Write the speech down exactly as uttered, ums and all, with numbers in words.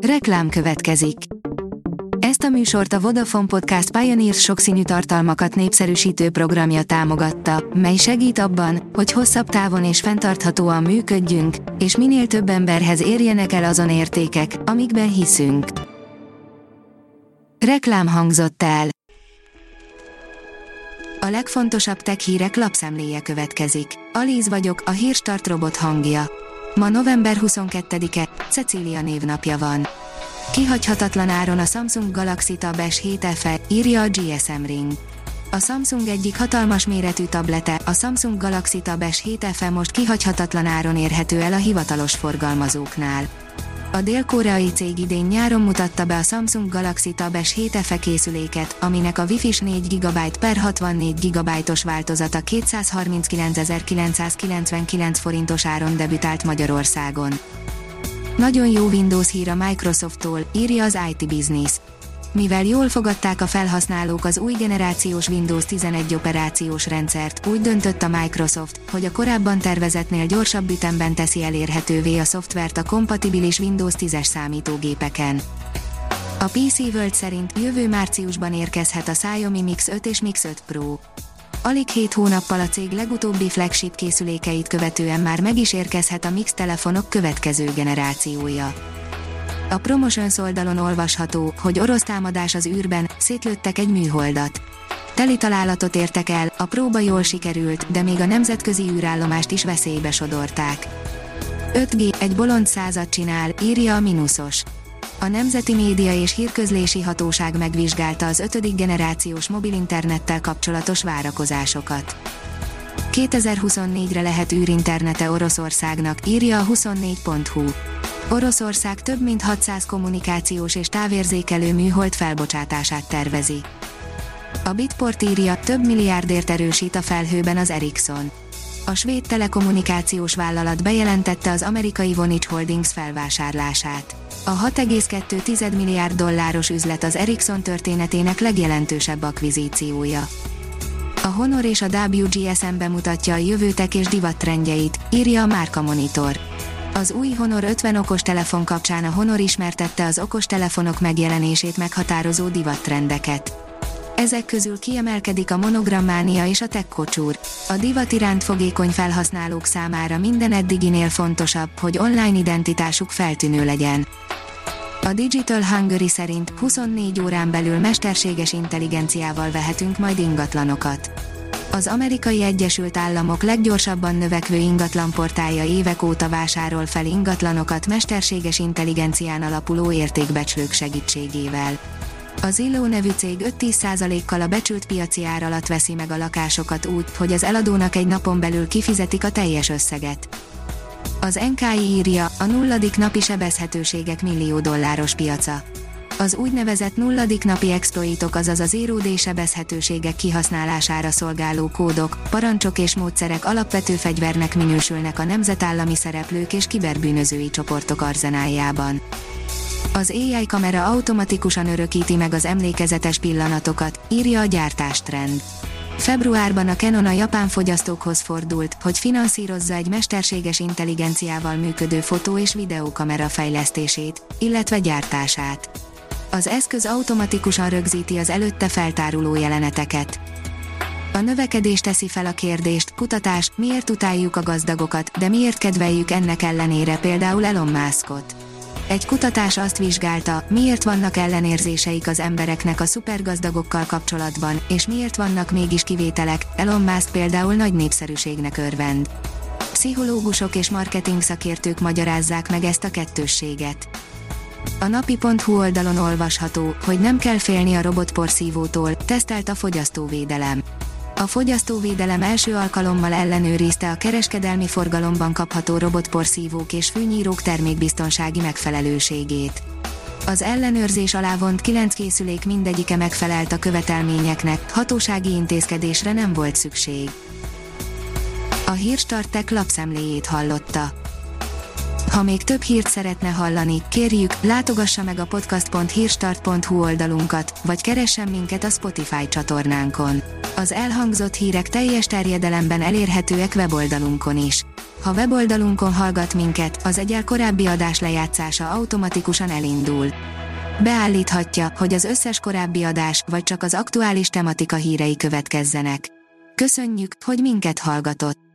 Reklám következik. Ezt a műsort a Vodafone Podcast Pioneers sokszínű tartalmakat népszerűsítő programja támogatta, mely segít abban, hogy hosszabb távon és fenntarthatóan működjünk, és minél több emberhez érjenek el azon értékek, amikben hiszünk. Reklám hangzott el. A legfontosabb tech hírek lapszemléje következik. Alíz vagyok, a Hírstart robot hangja. Ma november huszonkettedike, Cecília névnapja van. Kihagyhatatlan áron a Samsung Galaxy Tab es hét efe, írja a gé es em Ring. A Samsung egyik hatalmas méretű tablete, a Samsung Galaxy Tab es hét efe most kihagyhatatlan áron érhető el a hivatalos forgalmazóknál. A dél-koreai cég idén nyáron mutatta be a Samsung Galaxy Tab es hét efe készüléket, aminek a Wi-Fi-s négy gigabájt per hatvannégy gigabájtos változata kétszázharminckilencezer-kilencszázkilencvenkilenc forintos áron debütált Magyarországon. Nagyon jó Windows hír a Microsofttól, írja az i té Business. Mivel jól fogadták a felhasználók az új generációs Windows tizenegy operációs rendszert, úgy döntött a Microsoft, hogy a korábban tervezettnél gyorsabb ütemben teszi elérhetővé a szoftvert a kompatibilis Windows tízes számítógépeken. A pé cé World szerint jövő márciusban érkezhet a Xiaomi Mix öt és Mix öt Pro. Alig hét hónappal a cég legutóbbi flagship készülékeit követően már meg is érkezhet a Mix telefonok következő generációja. A Promotions oldalon olvasható, hogy orosz támadás az űrben, szétlőttek egy műholdat. Teli találatot értek el, a próba jól sikerült, de még a nemzetközi űrállomást is veszélybe sodorták. öt G, egy bolond százat csinál, írja a Minusos. A Nemzeti Média és Hírközlési Hatóság megvizsgálta az ötödik generációs mobilinternettel kapcsolatos várakozásokat. kétezer-huszonnégyre lehet űrinternete Oroszországnak, írja a huszonnégy pont hu. Oroszország több mint hatszáz kommunikációs és távérzékelő műhold felbocsátását tervezi. A Bitport írja, több milliárdért erősít a felhőben az Ericsson. A svéd telekommunikációs vállalat bejelentette az amerikai Vonage Holdings felvásárlását. A hat egész kettő milliárd dolláros üzlet az Ericsson történetének legjelentősebb akvizíciója. A Honor és a dupla vé gé es em bemutatja a jövő tech és divat trendjeit, írja a Márka Monitor. Az új Honor ötven okostelefon kapcsán a Honor ismertette az okostelefonok megjelenését meghatározó divattrendeket. Ezek közül kiemelkedik a monogrammánia és a tech kocsúr. A divat iránt fogékony felhasználók számára minden eddiginél fontosabb, hogy online identitásuk feltűnő legyen. A Digital Hungary szerint huszonnégy órán belül mesterséges intelligenciával vehetünk majd ingatlanokat. Az Amerikai Egyesült Államok leggyorsabban növekvő ingatlanportálja évek óta vásárol fel ingatlanokat mesterséges intelligencián alapuló értékbecslők segítségével. A Zillow nevű cég öt-tíz százalékkal a becsült piaci ár alatt veszi meg a lakásokat úgy, hogy az eladónak egy napon belül kifizetik a teljes összeget. Az en ká i írja, a nulladik napi sebezhetőségek millió dolláros piaca. Az úgynevezett nulladik napi exploitok, azaz a zero day sebezhetőségek kihasználására szolgáló kódok, parancsok és módszerek alapvető fegyvernek minősülnek a nemzetállami szereplők és kiberbűnözői csoportok arzenáljában. Az á i kamera automatikusan örökíti meg az emlékezetes pillanatokat, írja a Gyártástrend. Februárban a Canon a japán fogyasztókhoz fordult, hogy finanszírozza egy mesterséges intelligenciával működő fotó- és videókamera fejlesztését, illetve gyártását. Az eszköz automatikusan rögzíti az előtte feltáruló jeleneteket. A növekedés teszi fel a kérdést, kutatás, miért utáljuk a gazdagokat, de miért kedveljük ennek ellenére például Elon Muskot. Egy kutatás azt vizsgálta, miért vannak ellenérzéseik az embereknek a szupergazdagokkal kapcsolatban, és miért vannak mégis kivételek, Elon Musk például nagy népszerűségnek örvend. Pszichológusok és marketing szakértők magyarázzák meg ezt a kettősséget. A napi pont hu oldalon olvasható, hogy nem kell félni a robotporszívótól, tesztelt a fogyasztóvédelem. A fogyasztóvédelem első alkalommal ellenőrizte a kereskedelmi forgalomban kapható robotporszívók és fűnyírók termékbiztonsági megfelelőségét. Az ellenőrzés alá vont kilenc készülék mindegyike megfelelt a követelményeknek, hatósági intézkedésre nem volt szükség. A Hírstart Tech lapszemléjét hallotta. Ha még több hírt szeretne hallani, kérjük, látogassa meg a podcast pont hírstart pont hu oldalunkat, vagy keressen minket a Spotify csatornánkon. Az elhangzott hírek teljes terjedelemben elérhetőek weboldalunkon is. Ha weboldalunkon hallgat minket, az egyel korábbi adás lejátszása automatikusan elindul. Beállíthatja, hogy az összes korábbi adás, vagy csak az aktuális tematika hírei következzenek. Köszönjük, hogy minket hallgatott!